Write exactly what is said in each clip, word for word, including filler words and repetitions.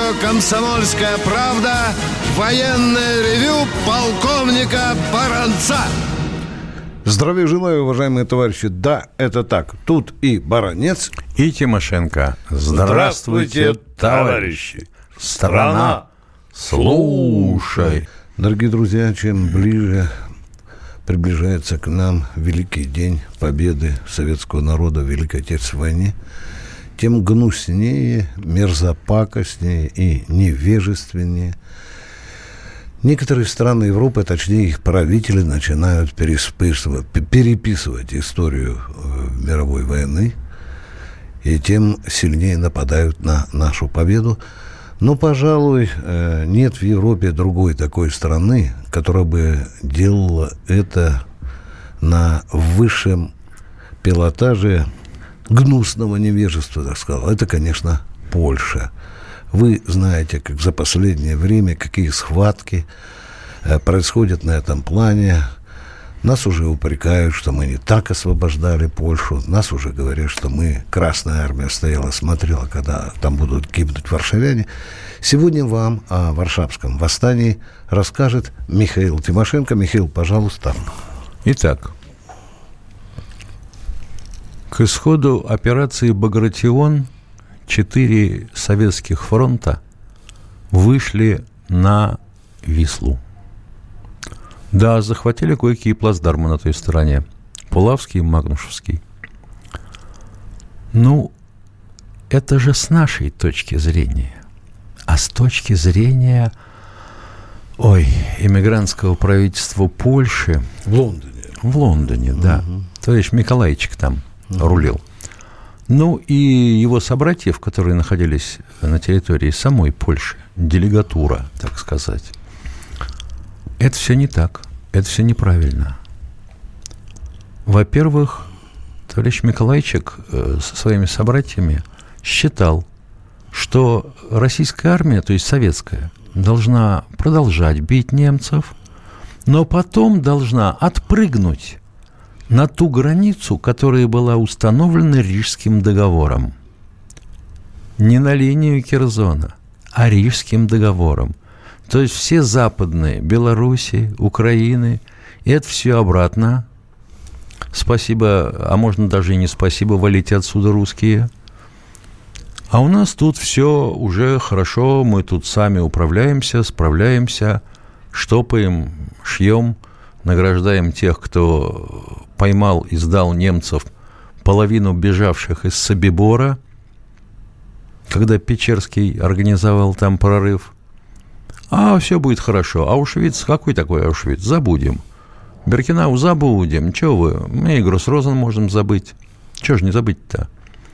радио «Комсомольская правда» военное ревю полковника Баранца. Здравия желаю, уважаемые товарищи. Да, это так. Тут и Баранец, и Тимошенко. Здравствуйте, товарищи. Страна, слушай. Дорогие друзья, чем ближе приближается к нам великий день победы советского народа в Великой Отечественной войне, тем гнуснее, мерзопакостнее и невежественнее некоторые страны Европы, точнее их правители, начинают переписывать, переписывать историю мировой войны, и тем сильнее нападают на нашу победу. Но, пожалуй, нет в Европе другой такой страны, которая бы делала это на высшем пилотаже гнусного невежества, так сказал. Это, конечно, Польша. Вы знаете, как за последнее время, какие схватки происходят на этом плане. Нас уже упрекают, что мы не так освобождали Польшу. Нас уже говорят, что мы, Красная Армия стояла, смотрела, когда там будут гибнуть варшавяне. Сегодня вам о Варшавском восстании расскажет Михаил Тимошенко. Михаил, пожалуйста. Итак, к исходу операции «Багратион» четыре советских фронта вышли на Вислу. Да, захватили кое-какие плацдармы на той стороне. Пулавский и Магнушевский. Ну, это же с нашей точки зрения. А с точки зрения, ой, эмигрантского правительства Польши... В Лондоне. В Лондоне, да. Угу. Товарищ Миколайчик там угу. рулил. Ну, и его собратьев, которые находились на территории самой Польши, делегатура, так сказать, это все не так, это все неправильно. Во-первых, товарищ Миколайчик э, со своими собратьями считал, что российская армия, то есть советская, должна продолжать бить немцев, но потом должна отпрыгнуть на ту границу, которая была установлена Рижским договором. Не на линию Керзона, а Рижским договором. То есть все западные, Белоруссии, Украины, и это все обратно. Спасибо, а можно даже и не спасибо, валите отсюда русские. А у нас тут все уже хорошо, мы тут сами управляемся, справляемся, штопаем, шьем, награждаем тех, кто поймал и сдал немцев, половину бежавших из Собибора, когда Печерский организовал там прорыв. А все будет хорошо. Аушвиц, какой такой Аушвиц? Забудем. Биркенау забудем. Чего вы? Мы и Гроссрозен можем забыть. Чего же не забыть-то?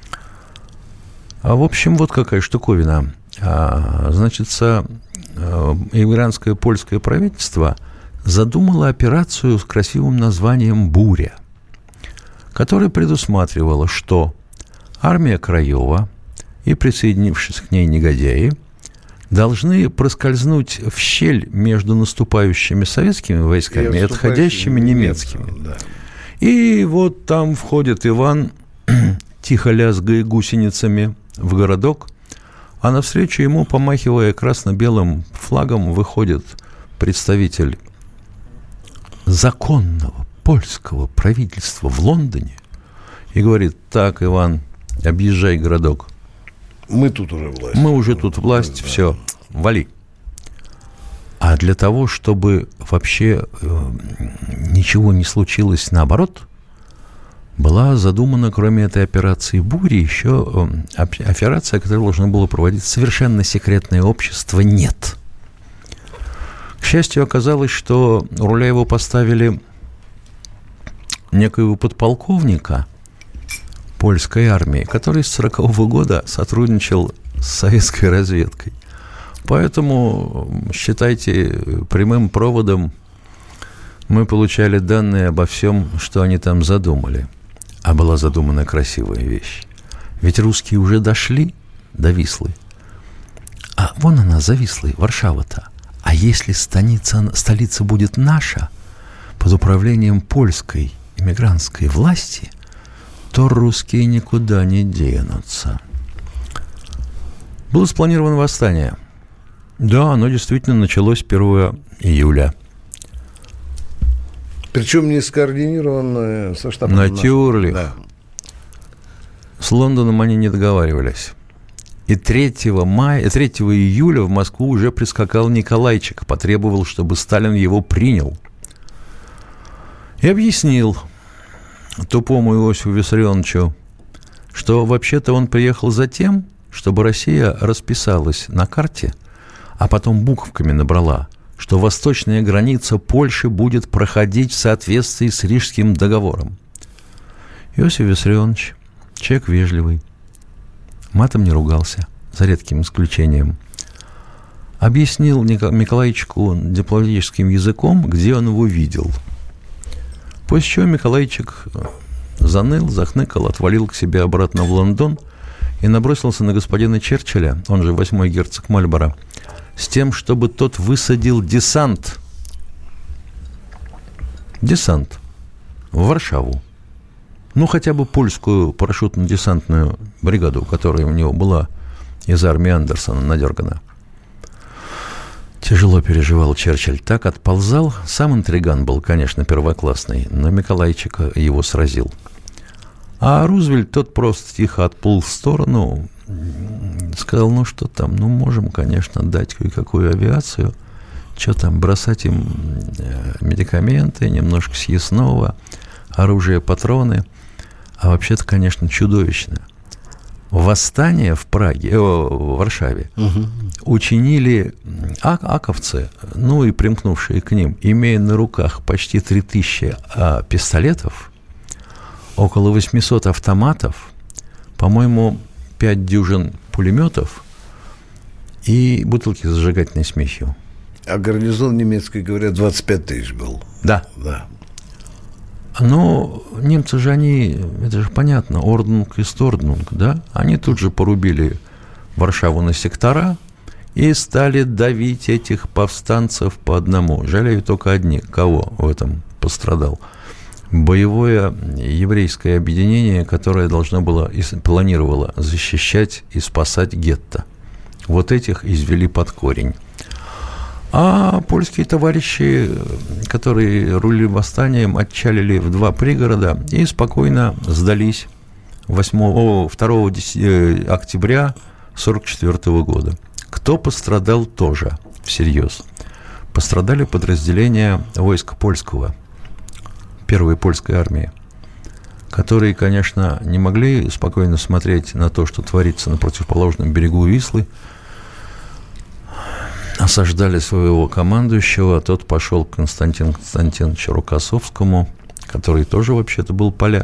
А в общем, вот какая штуковина. А, значит, иммигрантское польское правительство задумала операцию с красивым названием «Буря», которая предусматривала, что армия Краева и присоединившись к ней негодяи должны проскользнуть в щель между наступающими советскими войсками и, и отходящими немецкими. немецкими. Да. И вот там входит Иван, тихо лязгая гусеницами, в городок, а навстречу ему, помахивая красно-белым флагом, выходит представитель законного польского правительства в Лондоне и говорит: так, Иван, объезжай городок. Мы тут уже власть. Мы уже тут власть, да. Все, вали. А для того, чтобы вообще э, ничего не случилось наоборот, была задумана, кроме этой операции «Бури», еще э, операция, которая должна была проводить совершенно секретное общество «Нет». К счастью, оказалось, что у руля его поставили некоего подполковника польской армии, который с сорокового года сотрудничал с советской разведкой. Поэтому, считайте, прямым проводом мы получали данные обо всем, что они там задумали. А была задумана красивая вещь. Ведь русские уже дошли до Вислы. А вон она, за Вислой, Варшава-то. А если станица, столица будет наша, под управлением польской иммигрантской власти, то русские никуда не денутся. Было спланировано восстание. Да, оно действительно началось первого июля. Причем не скоординированное со штабом. Натюрли. Да. С Лондоном они не договаривались. И третьего мая, третьего июля в Москву уже прискакал Николайчик, потребовал, чтобы Сталин его принял. И объяснил тупому Иосифу Виссарионовичу, что вообще-то он приехал за тем, чтобы Россия расписалась на карте, а потом буковками набрала, что восточная граница Польши будет проходить в соответствии с Рижским договором. Иосиф Виссарионович, человек вежливый, матом не ругался, за редким исключением, объяснил Миколайчику дипломатическим языком, где он его видел. После чего Миколайчик заныл, захныкал, отвалил к себе обратно в Лондон и набросился на господина Черчилля, он же восьмой герцог Мальборо, с тем, чтобы тот высадил десант. Десант в Варшаву. Ну, хотя бы польскую парашютно-десантную бригаду, которая у него была из армии Андерсона надергана. Тяжело переживал Черчилль. Так отползал. Сам интриган был, конечно, первоклассный, но Миколайчик его сразил. А Рузвельт, тот просто тихо отплыл в сторону, сказал, ну что там, ну можем, конечно, дать кое-какую авиацию, что там, бросать им медикаменты, немножко съестного, оружие, патроны. А вообще-то, конечно, чудовищно. Восстание в Праге, э, в Варшаве угу. учинили ак- аковцы, ну и примкнувшие к ним, имея на руках почти три тысячи а, пистолетов, около восемьсот автоматов, по-моему, пять дюжин пулеметов и бутылки с зажигательной смесью. А гарнизон немецкий, говорят, двадцать пять тысяч был. Да. Да. Но немцы же, они, это же понятно, орднунг и сторднунг, да? Они тут же порубили Варшаву на сектора и стали давить этих повстанцев по одному. Жалею только одни. Кого в этом пострадал? Боевое еврейское объединение, которое должно было и планировало защищать и спасать гетто. Вот этих извели под корень. А польские товарищи, которые рулили восстанием, отчалили в два пригорода и спокойно сдались восьмого, второго октября сорок четвёртого года. Кто пострадал тоже всерьез? Пострадали подразделения войска польского, первой польской армии, которые, конечно, не могли спокойно смотреть на то, что творится на противоположном берегу Вислы, осаждали своего командующего, тот пошел к Константину Константиновичу Рокоссовскому, который тоже вообще-то был поляк.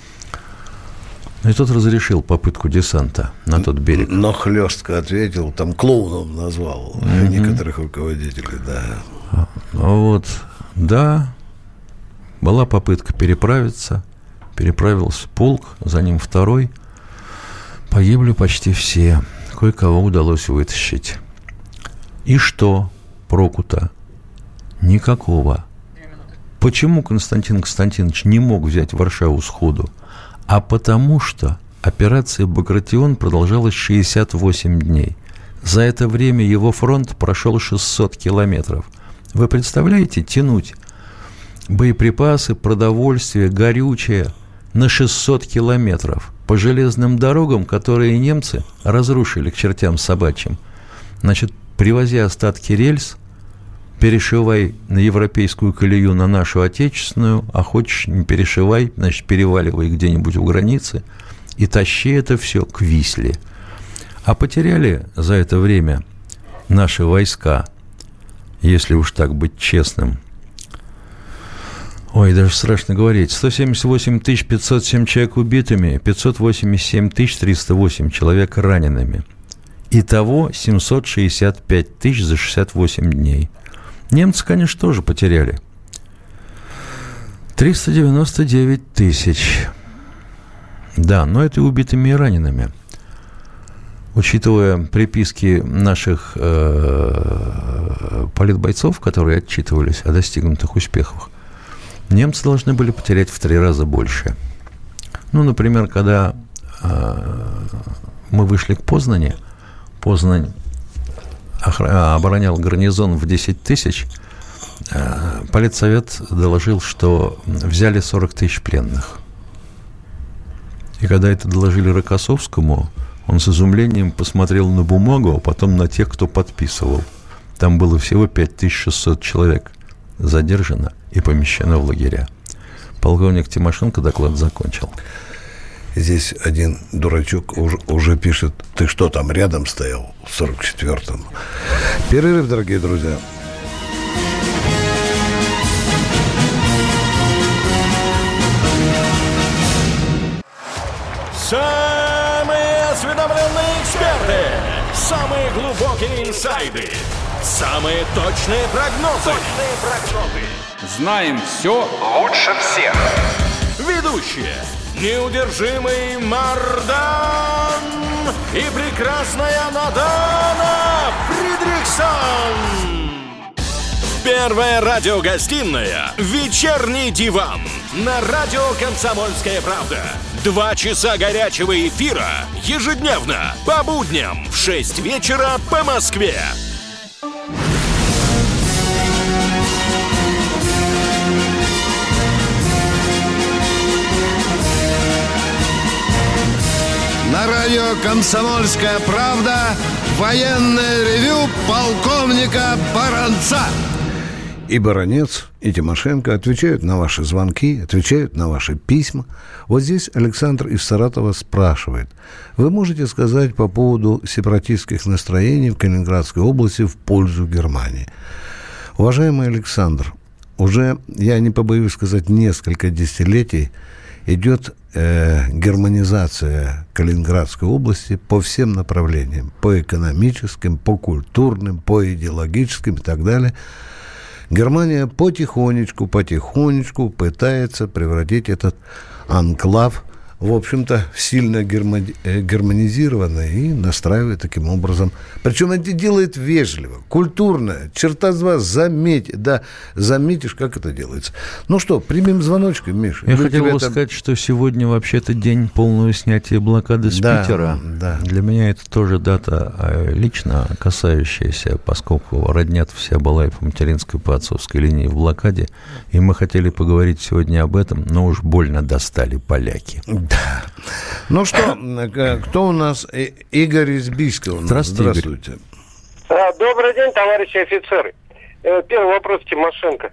И тот разрешил попытку десанта на тот берег. Но хлестко ответил, там клоуном назвал mm-hmm. некоторых руководителей, да. Вот, да, была попытка переправиться, переправился полк, за ним второй, погибли почти все, кое-кого удалось вытащить. И что проку-то? Никакого. Почему Константин Константинович не мог взять Варшаву сходу? А потому что операция «Багратион» продолжалась шестьдесят восемь дней. За это время его фронт прошел шестьсот километров. Вы представляете, тянуть боеприпасы, продовольствие, горючее на шестьсот километров по железным дорогам, которые немцы разрушили к чертям собачьим? Значит, привозя остатки рельс, перешивай на европейскую колею, на нашу отечественную, а хочешь не перешивай, значит, переваливай где-нибудь у границы и тащи это все к Висле. А потеряли за это время наши войска, если уж так быть честным. Ой, даже страшно говорить. сто семьдесят восемь тысяч пятьсот семь человек убитыми, пятьсот восемьдесят семь тысяч триста восемь человек ранеными. Итого семьсот шестьдесят пять тысяч за шестьдесят восемь дней. Немцы, конечно, тоже потеряли. триста девяносто девять тысяч. Да, но это и убитыми, и ранеными. Учитывая приписки наших э, политбойцов, которые отчитывались о достигнутых успехах, немцы должны были потерять в три раза больше. Ну, например, когда э, мы вышли к Познани, Познань оборонял гарнизон в десять тысяч, политсовет доложил, что взяли сорок тысяч пленных. И когда это доложили Рокоссовскому, он с изумлением посмотрел на бумагу, а потом на тех, кто подписывал. Там было всего пять тысяч шестьсот человек задержано и помещено в лагеря. Полковник Тимошенко доклад закончил. Здесь один дурачок уже, уже пишет: ты что, там рядом стоял в сорок четвёртом? Перерыв, дорогие друзья. Самые осведомленные эксперты, самые глубокие инсайды, самые точные прогнозы. Точные прогнозы. Знаем все лучше всех. Ведущие: неудержимый Мардан и прекрасная Надана Фридрихсон. Первая радиогостинная «Вечерний диван» на радио «Комсомольская правда». Два часа горячего эфира ежедневно по будням в шесть вечера по Москве. На радио «Комсомольская правда» военное ревю полковника Баранца. И Баранец, и Тимошенко отвечают на ваши звонки, отвечают на ваши письма. Вот здесь Александр из Саратова спрашивает: вы можете сказать по поводу сепаратистских настроений в Калининградской области в пользу Германии? Уважаемый Александр, уже, я не побоюсь сказать, несколько десятилетий идет э, германизация Калининградской области по всем направлениям. По экономическим, по культурным, по идеологическим и так далее. Германия потихонечку, потихонечку пытается превратить этот анклав, в общем-то, сильно германизированный и настраивает таким образом. Причем это делает вежливо, культурно. Черта с вас, заметь, да, заметишь, как это делается. Ну что, примем звоночки, Миша. Я хотел бы это... сказать, что сегодня вообще-то день полного снятия блокады с да, Питера. Да. Для меня это тоже дата лично касающаяся, поскольку роднят вся была и по материнской, по отцовской линии в блокаде. И мы хотели поговорить сегодня об этом, но уж больно достали поляки. Да. Ну что, кто у нас? Игорь из Бийска у нас. Здравствуйте, Здравствуйте. Игорь. Добрый день, товарищи офицеры. Первый вопрос Тимошенко.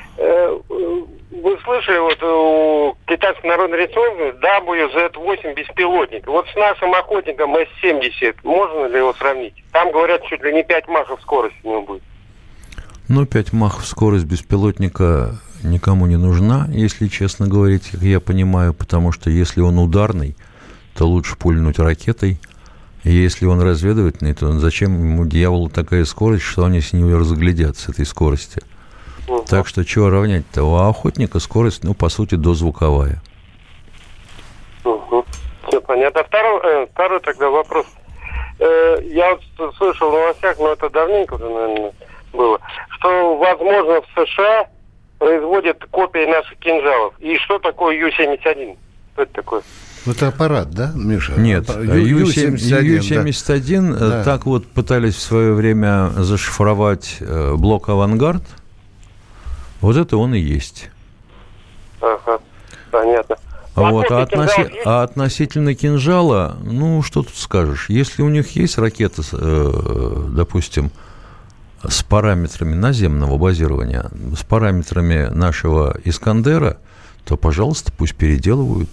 Вы слышали, вот у Китайской Народной Республики дабл ю зет восемь беспилотник. Вот с нашим охотником эс семьдесят можно ли его сравнить? Там, говорят, чуть ли не пять махов скорости у него будет. Ну, пять махов скорость беспилотника никому не нужна, если честно говорить, как я понимаю, потому что если он ударный, то лучше пульнуть ракетой, и если он разведывательный, то зачем ему, дьяволу, такая скорость, что они с нее разглядят с этой скорости. Uh-huh. Так что чего равнять-то? У охотника скорость, ну, по сути, дозвуковая. Uh-huh. Все понятно. Второй, э, второй тогда вопрос. Э, я вот слышал в новостях, но это давненько уже, наверное, было, что, возможно, в США производят копии наших кинжалов. И что такое ю семьдесят один? Что это такое? Это аппарат, да, Миша? Нет, ю семьдесят один, да. Так вот пытались в свое время зашифровать блок «Авангард». Вот это он и есть. Ага, понятно. Вот, а, относи... а относительно кинжала, ну, что тут скажешь? Если у них есть ракета, допустим, с параметрами наземного базирования, с параметрами нашего «Искандера», то, пожалуйста, пусть переделывают.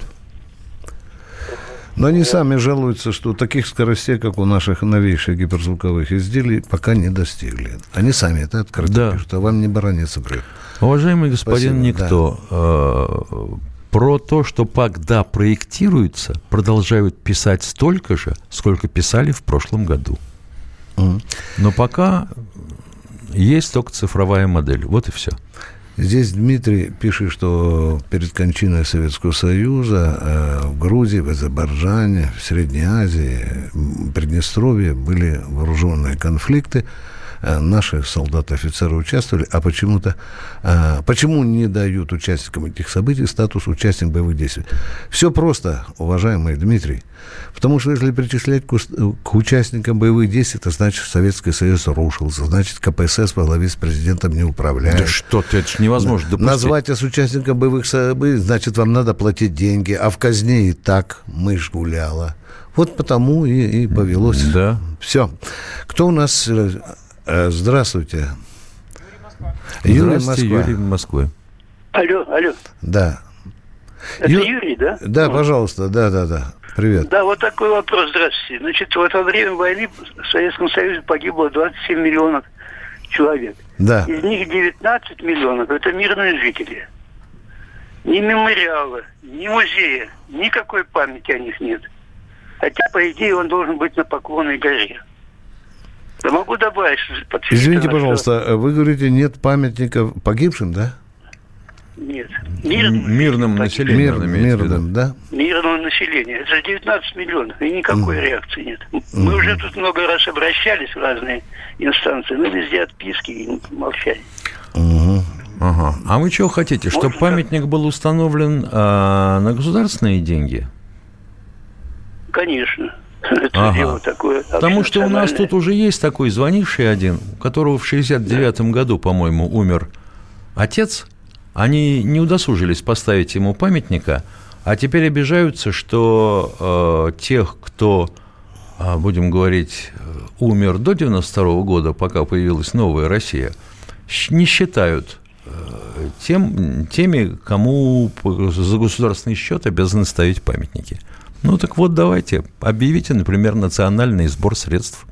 Но они сами жалуются, что таких скоростей, как у наших новейших гиперзвуковых изделий, пока не достигли. Они сами это открыто да. пишут, а вам не Баранец врет. Уважаемый господин Спасибо, Никто, да. э, про то, что когда проектируется, продолжают писать столько же, сколько писали в прошлом году. Mm. Но пока есть только цифровая модель. Вот и все. Здесь Дмитрий пишет, что перед кончиной Советского Союза э, в Грузии, в Азербайджане, в Средней Азии, в Приднестровье были вооруженные конфликты. наши солдаты, офицеры участвовали, а почему-то... Почему не дают участникам этих событий статус участник боевых действий? Все просто, уважаемый Дмитрий. Потому что если причислять к, к участникам боевых действий, это значит, Советский Союз рушился, значит, ка пэ эс эс во главе с президентом не управляет. Да что ты, это же невозможно допустить. Назвать вас участником боевых событий, значит, вам надо платить деньги, а в казне и так мышь гуляла. Вот потому и, и повелось. Да. Все. Кто у нас? Здравствуйте. Юрий, Здравствуйте, Юрий, Москва. Алло, алло. Да. Это Ю... Юрий, да? Да, вот. Пожалуйста, да, да, да. Привет. Да, вот такой вопрос, здравствуйте. Значит, в это время войны в Советском Союзе погибло двадцать семь миллионов человек. Да. Из них девятнадцать миллионов – это мирные жители. Ни мемориала, ни музея, никакой памяти о них нет. Хотя, по идее, он должен быть на Поклонной горе. Да могу добавить, что... Извините, пожалуйста, вы говорите, нет памятников погибшим, да? Нет. Мирным, мирным населением. Мир, мирным, да? Мирного населения. Это же девятнадцать миллионов, и никакой mm. реакции нет. Мы mm. уже тут много раз обращались в разные инстанции, но везде отписки и молчание. Mm-hmm. Ага. А вы чего хотите? Чтобы Может, памятник был установлен а, на государственные деньги? Конечно. Это ага. дело такое. Потому что у нас тут уже есть такой звонивший один, у которого в шестьдесят девятом году, по-моему, умер отец. Они не удосужились поставить ему памятника, а теперь обижаются, что э, тех, кто, э, будем говорить, умер до девяносто второго года, пока появилась новая Россия, не считают э, тем, теми, кому за государственный счет обязаны ставить памятники. Ну так вот, давайте, объявите, например, национальный сбор средств.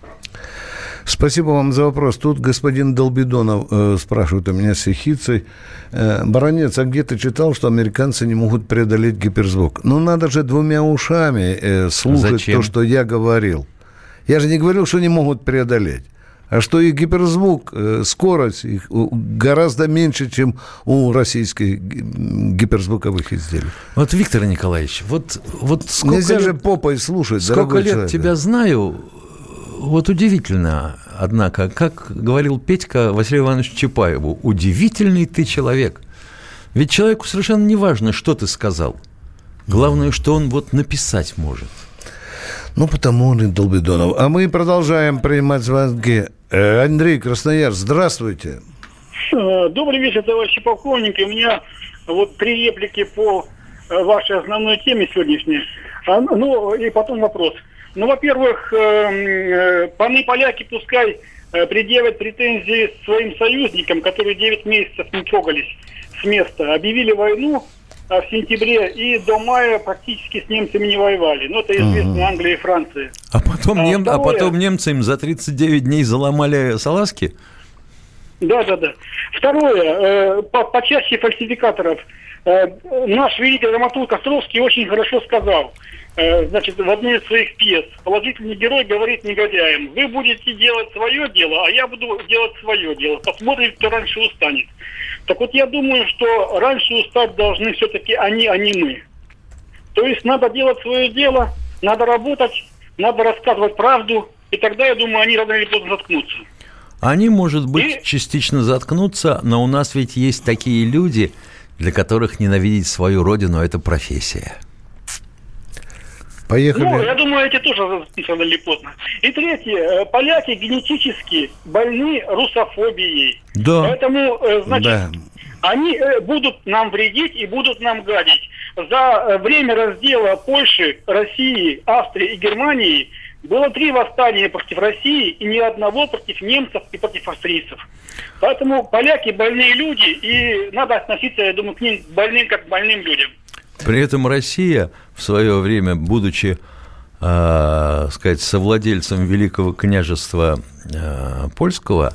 Спасибо вам за вопрос. Тут господин Долбидонов э, спрашивает у меня с ехицей. Э, Баронец, а где ты читал, что американцы не могут преодолеть гиперзвук? Ну, надо же двумя ушами э, слушать Зачем? То, что я говорил. Я же не говорил, что не могут преодолеть. А что и гиперзвук, э, скорость их гораздо меньше, чем у российских гиперзвуковых изделий. Вот, Виктор Николаевич, вот, вот сколько Нельзя лет, же попой слушать, сколько лет человек. Тебя знаю... Вот удивительно, однако, как говорил Петька Василию Ивановичу Чапаеву, удивительный ты человек. Ведь человеку совершенно не важно, что ты сказал. Главное, что он вот написать может. Ну, потому он и Долбидонов. А мы продолжаем принимать звонки. Андрей, Красноярск, здравствуйте. Добрый вечер, товарищи полковники. У меня вот три реплики по вашей основной теме сегодняшней. Ну, и потом вопрос. Ну, во-первых, паны поляки пускай предъявят претензии своим союзникам, которые девять месяцев не трогались с места. Объявили войну в сентябре и до мая практически с немцами не воевали. Ну, это известно, uh-huh. Англия и Франция. А потом, а, нем... второе... а потом немцы им за тридцать девять дней заломали салазки? Да, да, да. Второе, по, по части фальсификаторов. Наш великий драматург Островский очень хорошо сказал. Значит, в одной из своих пьес положительный герой говорит негодяям: вы будете делать свое дело, а я буду делать свое дело. Посмотрим, кто раньше устанет. Так вот, я думаю, что раньше устать должны все-таки они, а не мы. То есть надо делать свое дело, надо работать, надо рассказывать правду, и тогда, я думаю, они рано или поздно заткнутся. Они, может быть, и... частично заткнутся, но у нас ведь есть такие люди, для которых ненавидеть свою родину – это профессия. Поехали. Ну, я думаю, эти тоже рано или поздно. И третье. Поляки генетически больны русофобией. Да. Поэтому, значит, да. они будут нам вредить и будут нам гадить. За время раздела Польши, России, Австрии и Германии было три восстания против России и ни одного против немцев и против австрийцев. Поэтому поляки больные люди, и надо относиться, я думаю, к ним больным как к больным людям. При этом Россия в свое время, будучи, э, сказать, совладельцем Великого княжества э, Польского,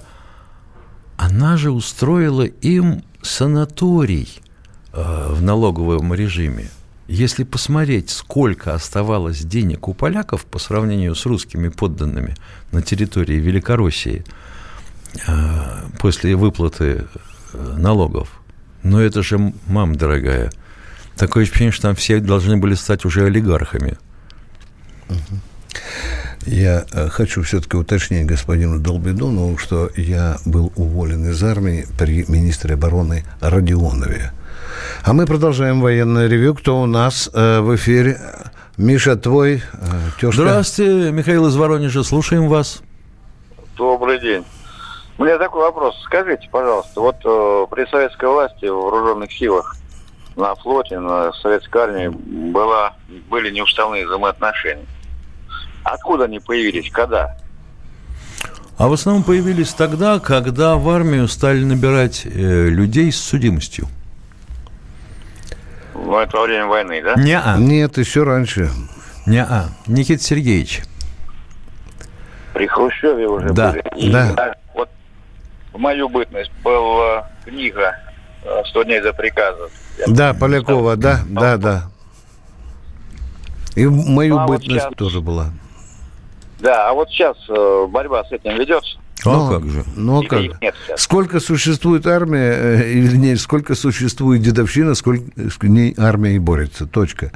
она же устроила им санаторий э, в налоговом режиме. Если посмотреть, сколько оставалось денег у поляков по сравнению с русскими подданными на территории Великороссии э, после выплаты э, налогов, ну это же, мам дорогая, такое ощущение, что там все должны были стать уже олигархами. Я хочу все-таки уточнить господину Долбидонову, что я был уволен из армии при министре обороны Родионове. А мы продолжаем военное ревью. Кто у нас э, в эфире? Миша, твой э, тезка. Здравствуйте, Михаил из Воронежа. Слушаем вас. Добрый день. У меня такой вопрос. Скажите, пожалуйста, вот э, при советской власти в вооруженных силах на флоте, на советской армии была, были неуставные взаимоотношения. Откуда они появились? Когда? А в основном появились тогда, когда в армию стали набирать э, людей с судимостью. Ну, это во время войны, да? Не-а. Нет, еще раньше. Не-а. Никита Сергеевич. При Хрущеве уже да. были. И да. Да, вот в мою бытность была книга «сто дней за приказом». Да, Полякова, да, да, да. И в мою а бытность вот тоже была. Да, а вот сейчас э, борьба с этим ведется? Ну, а как же? Ну, как? Нет сейчас? Сколько существует армия, э, или не, сколько существует дедовщина, сколько с ней армия и борется. Точка.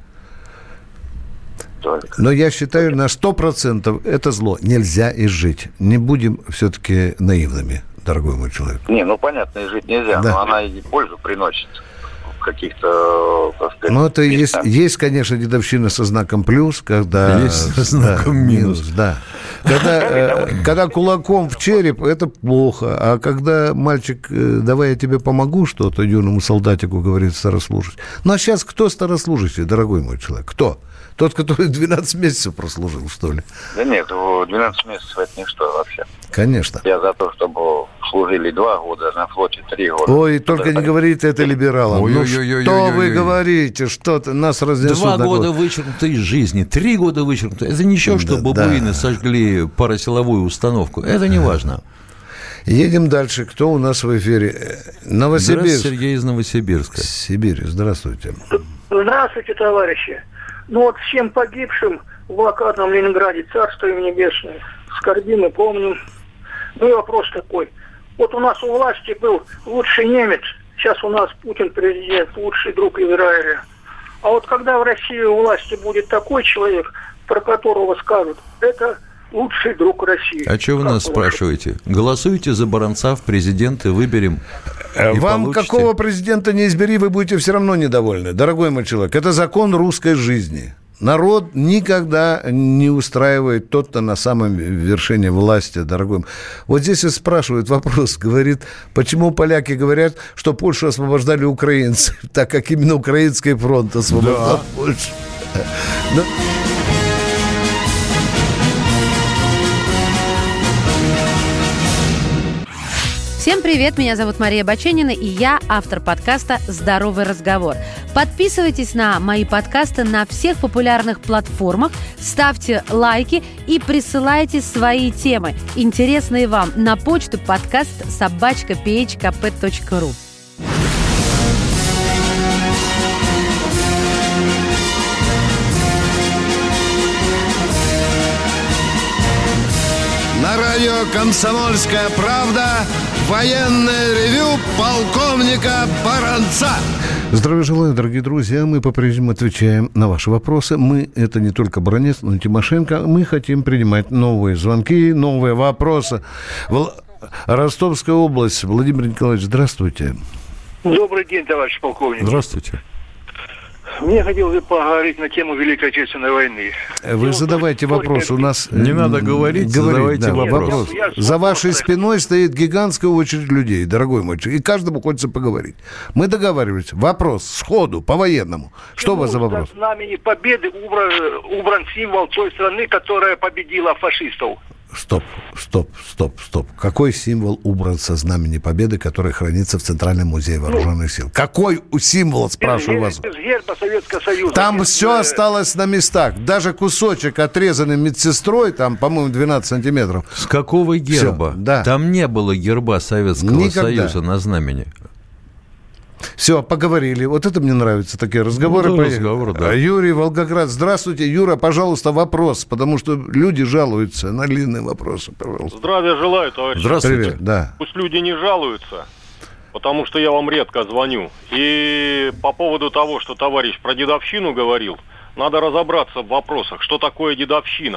Только. Но я считаю, на сто процентов это зло нельзя изжить. Не будем все-таки наивными, дорогой мой человек. Не, ну понятно, и жить нельзя, Да. но она и пользу приносит в каких-то, так сказать, Ну, это есть, местах. есть, конечно, дедовщина со знаком плюс, когда... Есть со знаком да, минус. Да. Когда, э, когда кулаком в череп, это плохо. А когда мальчик, э, давай я тебе помогу что-то, юному солдатику, говорит старослужащий. Ну, а сейчас кто старослужащий, дорогой мой человек? Кто? Тот, который двенадцать месяцев прослужил, что ли? Да нет, двенадцать месяцев это ничто вообще. Конечно. Я за то, чтобы служили два года, на флоте три года. Ой, только да, не говорите это либералам. Ну, Ой-ой-ой-ой-ой-ой-ой. что вы говорите? Что-то нас разнесут. Два на года год. вычеркнуто из жизни, три года вычеркнуто. Это ничего, что Да, бабуины да. сожгли парасиловую установку. Это не важно. Едем дальше. Кто у нас в эфире? Новосибирск. Здравствуйте, Сергей из Новосибирска. Сибирь. Здравствуйте. Здравствуйте, товарищи. Ну вот всем погибшим в блокадном Ленинграде царство им небесное. Скорбим и помним. Ну и вопрос такой. Вот у нас у власти был лучший немец, сейчас у нас Путин президент, лучший друг Израиля. А вот когда в России у власти будет такой человек, про которого скажут, это лучший друг России. А что вы Как нас вы спрашиваете? Голосуйте за Баранца в президенты, выберем. и Вам получите. какого президента не избери, вы будете все равно недовольны, дорогой мой человек. Это закон русской жизни. Народ никогда не устраивает тот-то на самом вершине власти, дорогой мой. Вот здесь и спрашивают вопрос, говорит, почему поляки говорят, что Польшу освобождали украинцы, так как именно Украинский фронт освобождал Да. Польшу. Но... Всем привет, меня зовут Мария Баченина, и я автор подкаста «Здоровый разговор». Подписывайтесь на мои подкасты на всех популярных платформах, ставьте лайки и присылайте свои темы, интересные вам, на почту подкаст собачка пи эйч ка пэ точка ру. На радио «Комсомольская правда» военное ревю полковника Баранца. Здравия желаю, дорогие друзья. Мы по-прежнему отвечаем на ваши вопросы. Мы, это не только Баранец, но и Тимошенко. Мы хотим принимать новые звонки, новые вопросы. Вл... Ростовская область. Владимир Николаевич, здравствуйте. Добрый день, товарищ полковник. Здравствуйте. Мне хотелось бы поговорить на тему Великой Отечественной войны. Вы задавайте вопрос. У нас... Не надо говорить, задавайте да, вопрос. Я- я- За вашей спиной стоит гигантская очередь людей, дорогой мой человек. И каждому хочется поговорить. Мы договаривались. Вопрос сходу, по-военному. Что у вас за вопрос? С знамени Победы убран, убран символ той страны, которая победила фашистов. Стоп, стоп, стоп, стоп. Какой символ убран со знамени Победы, который хранится в Центральном музее вооруженных сил? Какой символ, спрашиваю вас? Без герба Советского Союза. Там без, все э, осталось на местах. Даже кусочек, отрезанный медсестрой, там, по-моему, двенадцать сантиметров. С какого герба? Всё, да. Там не было герба Советского Никогда. Союза на знамени. Все, поговорили. Вот это мне нравятся такие разговоры. Ну, Поехали. разговор, да. А Юрий, Волгоград. Здравствуйте, Юра, пожалуйста, вопрос, потому что люди жалуются на длинные вопросы, пожалуйста. Здравия желаю, товарищ. Здравствуйте. Привет, да. Пусть люди не жалуются, потому что я вам редко звоню. И по поводу того, что товарищ про дедовщину говорил, надо разобраться в вопросах, что такое дедовщина.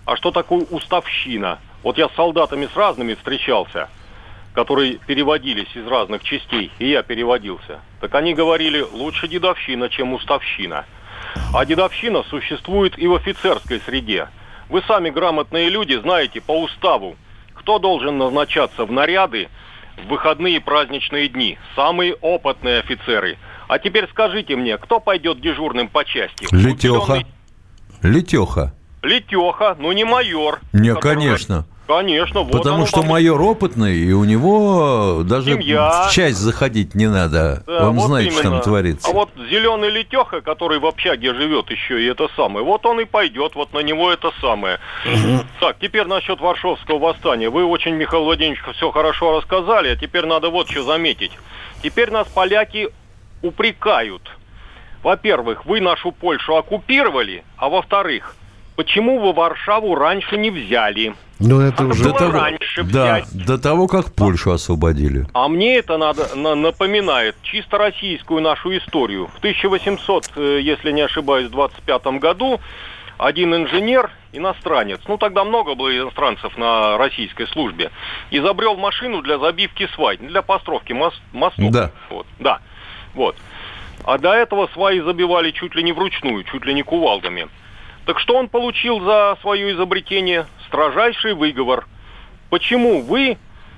А что такое уставщина? Вот я с солдатами с разными встречался, которые переводились из разных частей, и я переводился. Так они говорили, лучше дедовщина, чем уставщина. А дедовщина существует и в офицерской среде. Вы сами грамотные люди знаете по уставу, кто должен назначаться в наряды в выходные и праздничные дни. Самые опытные офицеры. А теперь скажите мне, кто пойдет дежурным по части? Летеха. Удивленный... Летеха. Летеха, ну не майор. Не, который... конечно. Конечно. Вот Потому что вам... майор опытный, и у него даже Семья. в часть заходить не надо. Да, Он вот знает, именно. что там творится. А вот зеленый Летеха, который в общаге живет еще, и это самое, вот он и пойдет, вот на него это самое. Угу. Так, теперь насчет Варшавского восстания. Вы очень, Михаил Владимирович, все хорошо рассказали, а теперь надо вот что заметить. Теперь нас поляки упрекают. Во-первых, вы нашу Польшу оккупировали, а во-вторых, почему вы Варшаву раньше не взяли? Ну, это а уже... До того, раньше да, взять. до того, как Польшу освободили. А мне это надо, на, напоминает чисто российскую нашу историю. В тысяча восемьсот, если не ошибаюсь, двадцать пятом году один инженер, иностранец, ну тогда много было иностранцев на российской службе, изобрел машину для забивки свай, для построки мост, мостов. Да. Вот, да. Вот. А до этого сваи забивали чуть ли не вручную, чуть ли не кувалдами. Так что он получил за свое изобретение? Строжайший выговор. Почему вы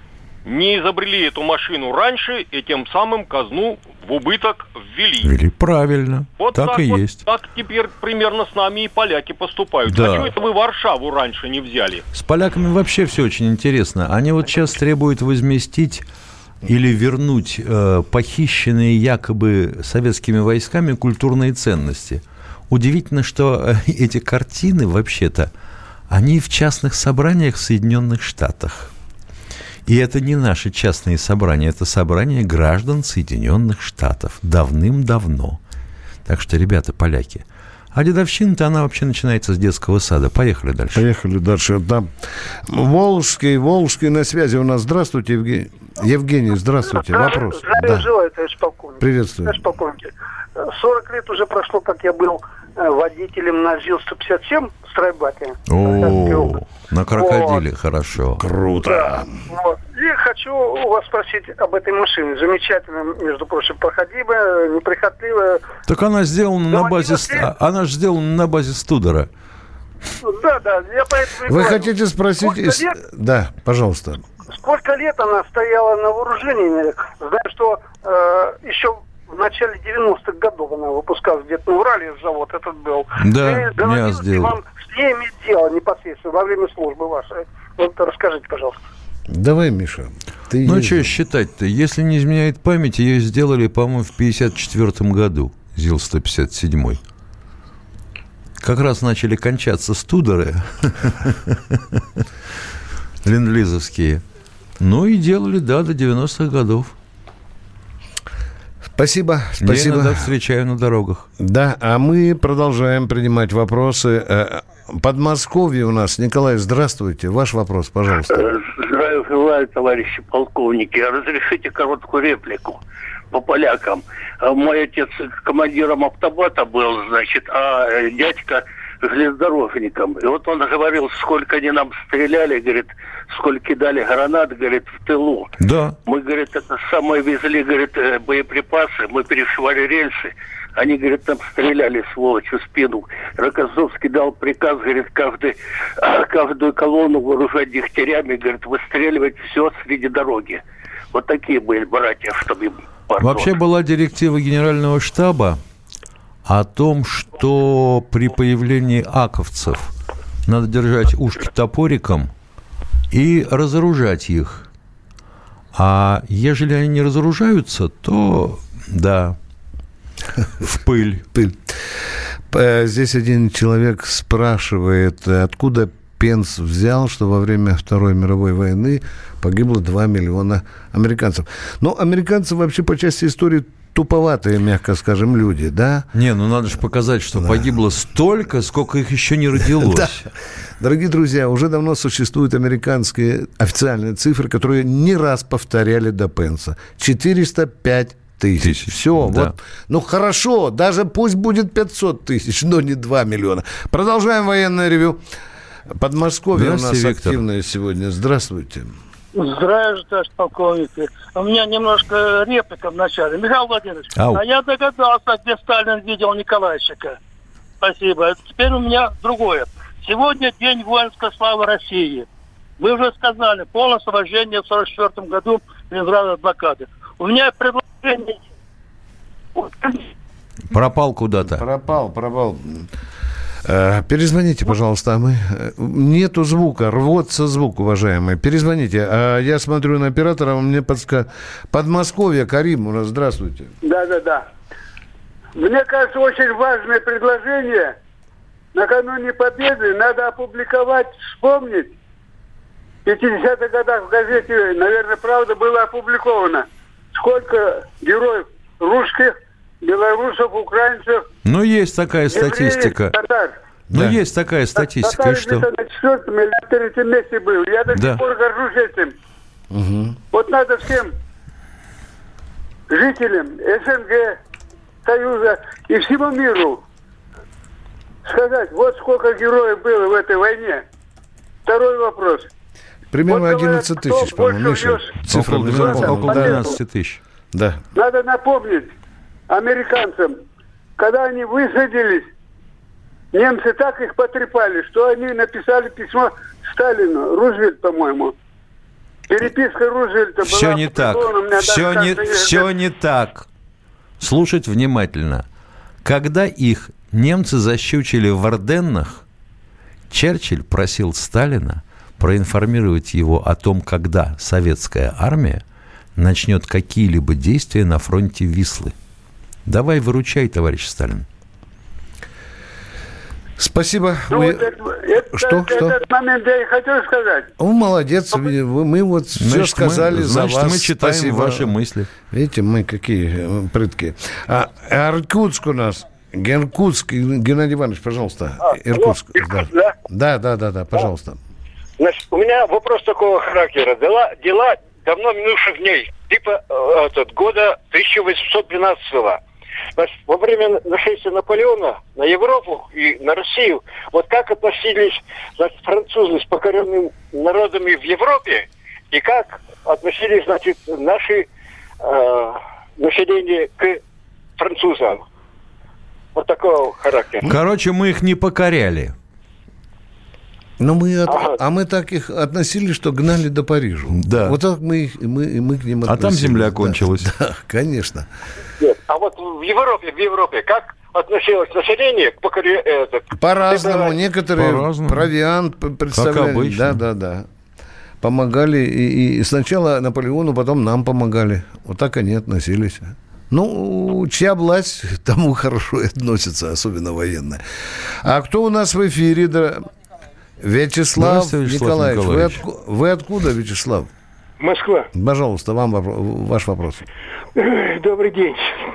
не изобрели эту машину раньше и тем самым казну в убыток ввели? Ввели, правильно. Вот так, так и вот, есть. Так теперь примерно с нами и поляки поступают. Да. А что это вы Варшаву раньше не взяли? С поляками вообще все очень интересно. Они вот сейчас требуют возместить или вернуть э, похищенные якобы советскими войсками культурные ценности. Удивительно, что эти картины, вообще-то, они в частных собраниях в Соединенных Штатах. И это не наши частные собрания, это собрания граждан Соединенных Штатов. Давным-давно. Так что, ребята, поляки. А дедовщина-то она вообще начинается с детского сада. Поехали дальше. Поехали дальше. Там Волжский, Волжский на связи у нас. Здравствуйте, Евгений. Евгений, здравствуйте. Вопрос. Здравия Да. желаю, товарищ полковник. Приветствую. Товарищ полковник, сорок лет уже прошло, как я был водителем на ЗИЛ сто пятьдесят семь в Стройбате. О, на крокодиле, вот. Хорошо. Круто. Да, вот. И хочу у вас спросить об этой машине. Замечательно, между прочим, проходимая, неприхотливая. Так она сделана на базе... След... Она же сделана на базе Студера. Да, да, я поэтому... Вы говорю. хотите спросить... Из... Лет... Да, пожалуйста. Сколько лет она стояла на вооружении? Знаю, что э, еще в начале девяностых годов она выпускалась где-то на Урале, завод этот был. Да, и доводилось я сделал. вам с ней иметь дело непосредственно во время службы вашей. Вот расскажите, пожалуйста. Давай, Миша. Ты ну, ездил. что считать-то? Если не изменяет память, ее сделали, по-моему, в пятьдесят четвёртом году. ЗИЛ сто пятьдесят семь. Как раз начали кончаться Студеры. Ленд-лизовские. Ну и делали, да, до девяностых годов. Спасибо, спасибо. Я иногда встречаю на дорогах. Да, а мы продолжаем принимать вопросы. Подмосковье у нас. Николай, здравствуйте. Ваш вопрос, пожалуйста. Здравия желаю, товарищи полковники. Разрешите короткую реплику по полякам. Мой отец командиром автобата был, значит, а дядька железнодорожником. И вот он говорил, сколько они нам стреляли, говорит, сколько кидали гранат, говорит, в тылу. Да. Мы, говорит, это самое везли, говорит, боеприпасы, мы перешивали рельсы. Они, говорит, там стреляли, сволочь, в спину. Рокоссовский дал приказ, говорит, каждый, каждую колонну вооружать дегтярями, говорит, выстреливать все среди дороги. Вот такие были братья, чтобы им... Вообще была директива генерального штаба о том, что при появлении аковцев надо держать ушки топориком и разоружать их. А ежели они не разоружаются, то да, в пыль. Пыль. Здесь один человек спрашивает, откуда Пенс взял, что во время Второй мировой войны погибло два миллиона американцев. Но американцы вообще по части истории туповатые, мягко скажем, люди, да? Не, ну надо же показать, что да. погибло столько, сколько их еще не родилось. Да. Дорогие друзья, уже давно существуют американские официальные цифры, которые не раз повторяли до Пенса. четыреста пять тысяч. Все, да. Вот. Ну, хорошо, даже пусть будет пятьсот тысяч, но не два миллиона. Продолжаем военное ревю. Подмосковье у нас Виктор. активное сегодня. Здравствуйте. Здравствуйте, товарищ полковник. У меня немножко реплика в начале. Михаил Владимирович, Ау. а я догадался, где Сталин видел Николайчика. Спасибо. Теперь у меня другое. Сегодня день воинской славы России. Вы уже сказали, полное освобождение в сорок четвёртом году Ленинграда от блокады. У меня предложение... Пропал куда-то. Пропал, пропал. Э, перезвоните, пожалуйста. Мы... Нету звука, рвется звук, уважаемые. Перезвоните. А я смотрю на оператора, он мне подсказывает. Подмосковье, Карим, у нас здравствуйте. Да, да, да. Мне кажется, очень важное предложение. Накануне Победы надо опубликовать, вспомнить. В пятидесятых годах в газете, наверное, «Правда» было опубликовано. Сколько героев русских, белорусов, украинцев. Ну, есть такая статистика. Евреев, татар. Ну, Да. есть такая статистика. Татар И что? где-то на четвертом или на третьем месте был. Я до Да. сих пор горжусь этим. Угу. Вот надо всем жителям СНГ, Союза и всему миру сказать, вот сколько героев было в этой войне. Второй вопрос. Примерно Вот говорят, одиннадцать тысяч, кто по-моему, больше Миша. внес Цифра Около, не около, запомнил. около Да. двенадцать тысяч. Да. Надо напомнить американцам, когда они высадились, немцы так их потрепали, что они написали письмо Сталину, Рузвельт, по-моему. Переписка Рузвельта была... Все не так. опубликована, у меня даже, Все не, кажется, есть- все не так. Слушать внимательно. Когда их немцы защучили в Арденнах, Черчилль просил Сталина проинформировать его о том, когда советская армия начнет какие-либо действия на фронте Вислы. Давай, выручай, товарищ Сталин. Спасибо. Ну, Вы- вот это, это- Что, этот что? момент я и хотел сказать. О, молодец. Вы- Мы вот все Значит, сказали мы, за значит, вас. мы читаем Спасибо. ваши мысли. Видите, мы какие э, прытки. А, Иркутск у нас. Иркутск. Геннадий Иванович, пожалуйста. А, Иркутск. алло, Да. Иркутск, да? да, да, да, да, пожалуйста. Значит, у меня вопрос такого характера. Дела, дела давно минувших дней, типа э, этот, года тысяча восемьсот двенадцатого. Значит, во время нашествия Наполеона на Европу и на Россию, вот как относились, значит, французы с покоренными народами в Европе, и как относились, значит, наши э, население к французам. Вот такого характера. Короче, мы их не покоряли. Но мы от- Ага. А мы так их относили, что гнали до Парижа. Да. Вот так мы, их, мы, мы к ним А относились. там земля Да, кончилась. Да, конечно. Нет. А вот в Европе, в Европе, как относилось население к покорению? По-разному. Некоторые По-разному. провиант п- представляли. обычно. Да, да, да. Помогали. И, и сначала Наполеону, потом нам помогали. Вот так они относились. Ну, чья власть, тому хорошо и относится, особенно военная. А кто у нас в эфире? Да? Вячеслав Здравствуйте, Вячеслав Николаевич. Вы, Николаевич. отку- вы откуда, Вячеслав? Москва. Пожалуйста, вам вопро- ваш вопрос. Добрый день.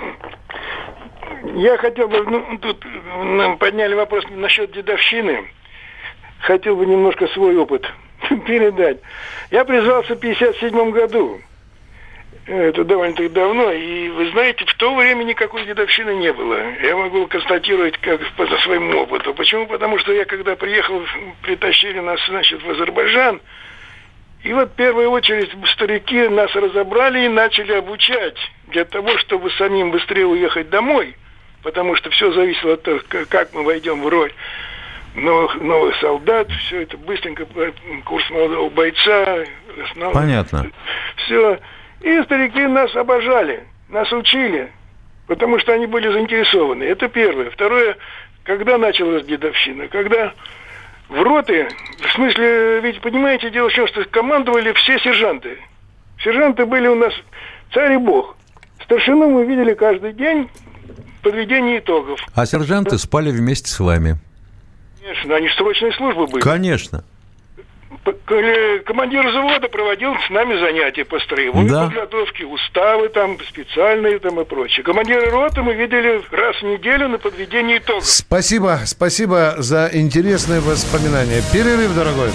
Я хотел бы, ну, тут нам подняли вопрос насчет дедовщины. Хотел бы немножко свой опыт передать. Я призвался в пятьдесят седьмом году. Это довольно-таки давно. И вы знаете, в то время никакой дедовщины не было. Я могу констатировать как по своему опыту. Почему? Потому что я, когда приехал, притащили нас, значит, в Азербайджан. И вот в первую очередь старики нас разобрали и начали обучать для того, чтобы самим быстрее уехать домой. Потому что все зависело от того, как мы войдем в роль новых, новых солдат. Все это быстренько, курс молодого бойца. Основ... Понятно. Все. И старики нас обожали, нас учили, потому что они были заинтересованы. Это первое. Второе, когда началась дедовщина? Когда в роты, в смысле, ведь, понимаете, дело в том, что командовали все сержанты. Сержанты были у нас царь и бог. Старшину мы видели каждый день в подведении итогов. А сержанты спали вместе с вами. Конечно, они срочной службы были. Конечно. Командир завода проводил с нами занятия по строевой Да. подготовке, уставы там специальные там и прочее. Командиры роты мы видели раз в неделю на подведении итогов. Спасибо, спасибо за интересные воспоминания. Перерыв, дорогой.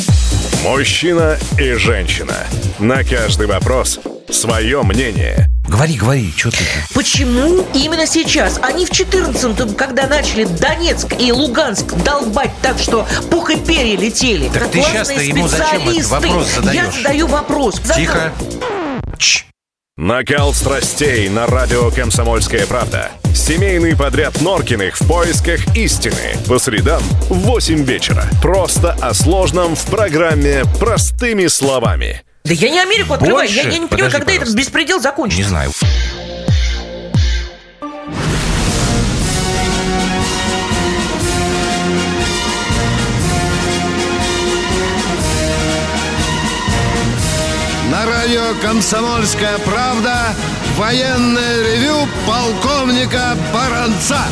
Мужчина и женщина. На каждый вопрос свое мнение. Говори, говори, что ты... Почему именно сейчас? Они в четырнадцатом, когда начали Донецк и Луганск долбать так, что пух и перья летели. Так как ты сейчас-то ему зачем этот вопрос задаешь? Я задаю вопрос. Тихо. Накал страстей на радио «Комсомольская правда». Семейный подряд Норкиных в поисках истины. По средам в восемь вечера. Просто о сложном в программе «Простыми словами». Да я не Америку открываю. Я, я не Подожди, понимаю, когда пожалуйста. этот беспредел закончится. Не знаю. На радио «Комсомольская правда» военное ревю полковника Баранца.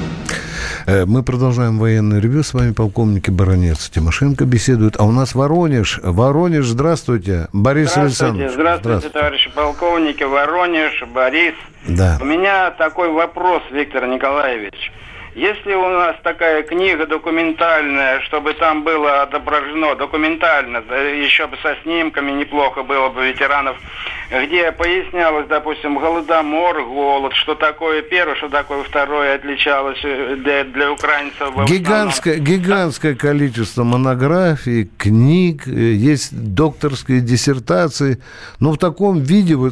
Мы продолжаем военное ревю. С вами полковник Баранец, Тимошенко беседует. А у нас Воронеж. Воронеж, здравствуйте. Борис Здравствуйте, Александрович. здравствуйте, Здравствуйте, товарищи полковники. Воронеж, Борис. Да. У меня такой вопрос, Виктор Николаевич. Если у нас такая книга документальная, чтобы там было отображено документально, еще бы со снимками неплохо было бы ветеранов, где пояснялось, допустим, голодомор, голод, что такое первое, что такое второе, отличалось для, для украинцев. Гигантское, гигантское количество монографий, книг, есть докторские диссертации, но в таком виде, вот,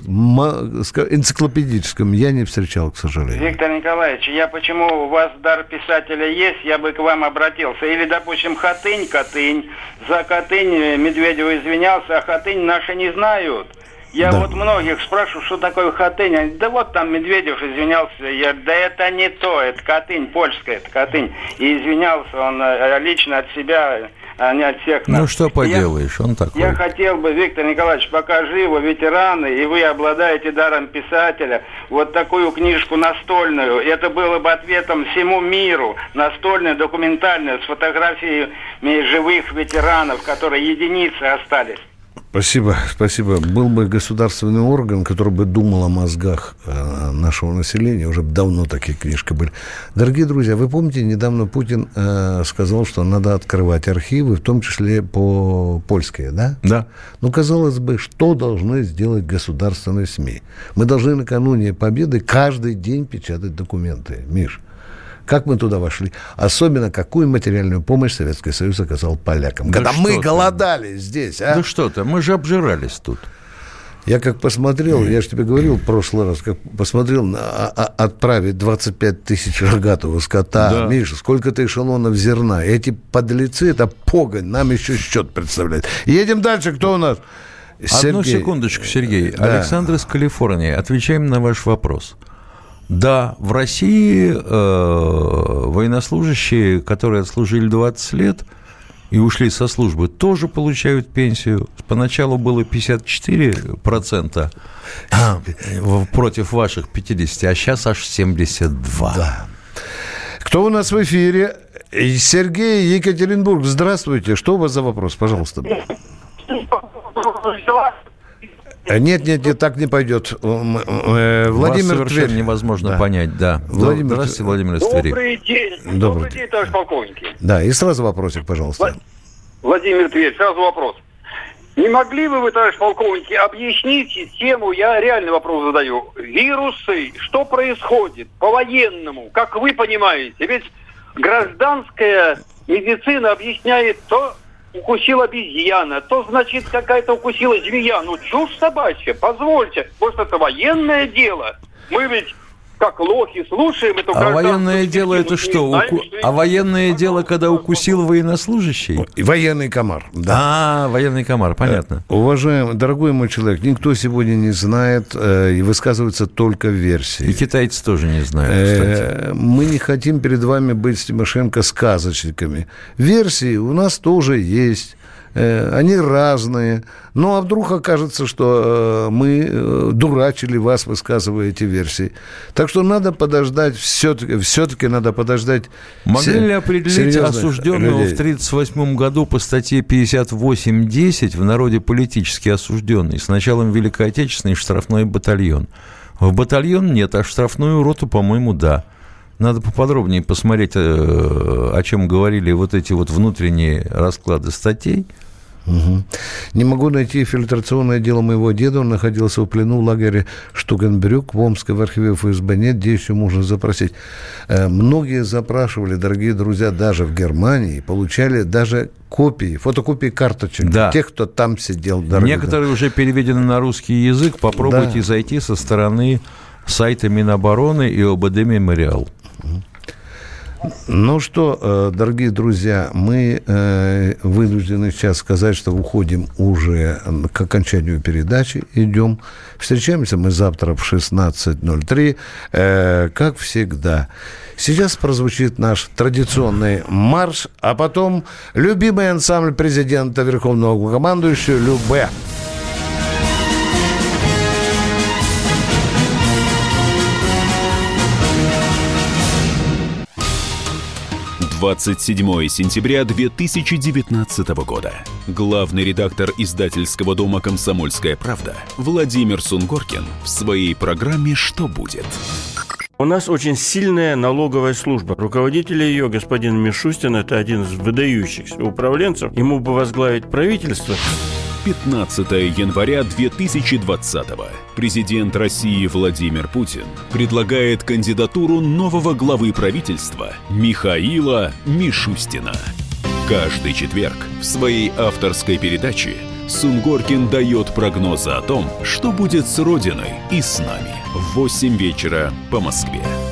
энциклопедическом, я не встречал, к сожалению. Виктор Николаевич, я почему у вас дар писателя есть, я бы к вам обратился. Или, допустим, Хатынь, Катынь. За Катынь Медведев извинялся, а Хатынь наши не знают. Я Да. вот многих спрашиваю, что такое Хатынь. Они, да вот там Медведев извинялся. Я, да это не то, это Катынь, польская, это Катынь. И извинялся он э, лично от себя, а не от всех нас. Ну, что поделаешь, он такой. Я хотел бы, Виктор Николаевич, пока живы ветераны, и вы обладаете даром писателя, вот такую книжку настольную, это было бы ответом всему миру, настольную, документальную, с фотографиями живых ветеранов, которые единицы остались. Спасибо, спасибо. Был бы государственный орган, который бы думал о мозгах э, нашего населения, уже давно такие книжки были. Дорогие друзья, вы помните, недавно Путин э, сказал, что надо открывать архивы, в том числе по польские, да? Да. Ну, казалось бы, что должны сделать государственные СМИ? Мы должны накануне Победы каждый день печатать документы. Миш, как мы туда вошли? Особенно, какую материальную помощь Советский Союз оказал полякам. Да Когда что мы ты. голодали здесь, а? Да что ты, мы же обжирались тут. Я как посмотрел, я же тебе говорил в прошлый раз, как посмотрел на а, а, отправить двадцать пять тысяч рогатого скота. Да. Миша, сколько-то эшелонов зерна. Эти подлецы, это погонь, нам еще счет представляет. Едем дальше, кто у нас? Одну Сергей. секундочку, Сергей. Да. Александр из Калифорнии. Отвечаем на ваш вопрос. Да, в России э, военнослужащие, которые отслужили двадцать лет и ушли со службы, тоже получают пенсию. Поначалу было пятьдесят четыре процента против ваших пятидесяти, а сейчас аж семьдесят два процента. Да. Кто у нас в эфире? Сергей, Екатеринбург. Здравствуйте. Что у вас за вопрос? Пожалуйста. Нет, нет, нет, так не пойдет. Владимир Вас совершенно Тверь. невозможно Да. понять, да. Владимир... Здравствуйте, Владимир из Твери. Добрый день. Добрый, Добрый день, товарищ полковники. Да, и сразу вопросик, пожалуйста. Владимир Тверь, сразу вопрос. Не могли бы вы, товарищ полковники, объяснить тему, я реальный вопрос задаю. Вирусы, что происходит по-военному, как вы понимаете? Ведь гражданская медицина объясняет то, укусила обезьяна, то, значит, какая-то укусила змея. Ну, чушь собачья, позвольте. Может, это военное дело? Мы ведь, как лохи, слушаем эту А гражданскую военное дело медицину, это не что? знаем, Уку- что А военное дело, когда укусил военнослужащий? И военный комар. Да. А, военный комар, понятно. Уважаемый, дорогой мой человек, никто сегодня не знает э, и высказывается только в версии. И китайцы тоже не знают, Э, кстати. Мы не хотим перед вами быть, с Тимошенко, сказочниками. Версии у нас тоже есть. Э, Они разные. Ну, а вдруг окажется, что э, мы э, дурачили вас, высказывая эти версии. Так что надо подождать, все-таки, все-таки надо подождать. Могли се- ли определить серьезных осужденного людей. в тридцать восьмом году по статье пятьдесят восемь десять в народе политически осужденный с началом Великой Отечественной штрафной батальон? В батальон нет, а в штрафную роту, по-моему, да. Надо поподробнее посмотреть, о чем говорили вот эти вот внутренние расклады статей. Угу. Не могу найти фильтрационное дело моего деда. Он находился в плену в лагере Штугенбрюк в Омске. В архиве эф эс бэ нет. Где еще можно запросить? Многие запрашивали, дорогие друзья, даже в Германии, получали даже копии, фотокопии карточек. Да. Тех, кто там сидел. Дорогие. Некоторые уже переведены на русский язык. Попробуйте да. зайти со стороны сайта Минобороны и о бэ дэ «Мемориал». Ну что, дорогие друзья, мы вынуждены сейчас сказать, что уходим уже к окончанию передачи, идем. Встречаемся мы завтра в шестнадцать ноль три, как всегда. Сейчас прозвучит наш традиционный марш, а потом любимый ансамбль президента Верховного командующего Любэ. двадцать седьмого сентября две тысячи девятнадцатого года. Главный редактор издательского дома «Комсомольская правда» Владимир Сунгоркин в своей программе «Что будет?». У нас очень сильная налоговая служба. Руководитель ее, господин Мишустин, это один из выдающихся управленцев. Ему бы возглавить правительство. пятнадцатого января две тысячи двадцатого. Президент России Владимир Путин предлагает кандидатуру нового главы правительства Михаила Мишустина. Каждый четверг в своей авторской передаче Сунгоркин дает прогнозы о том, что будет с Родиной и с нами в восемь вечера по Москве.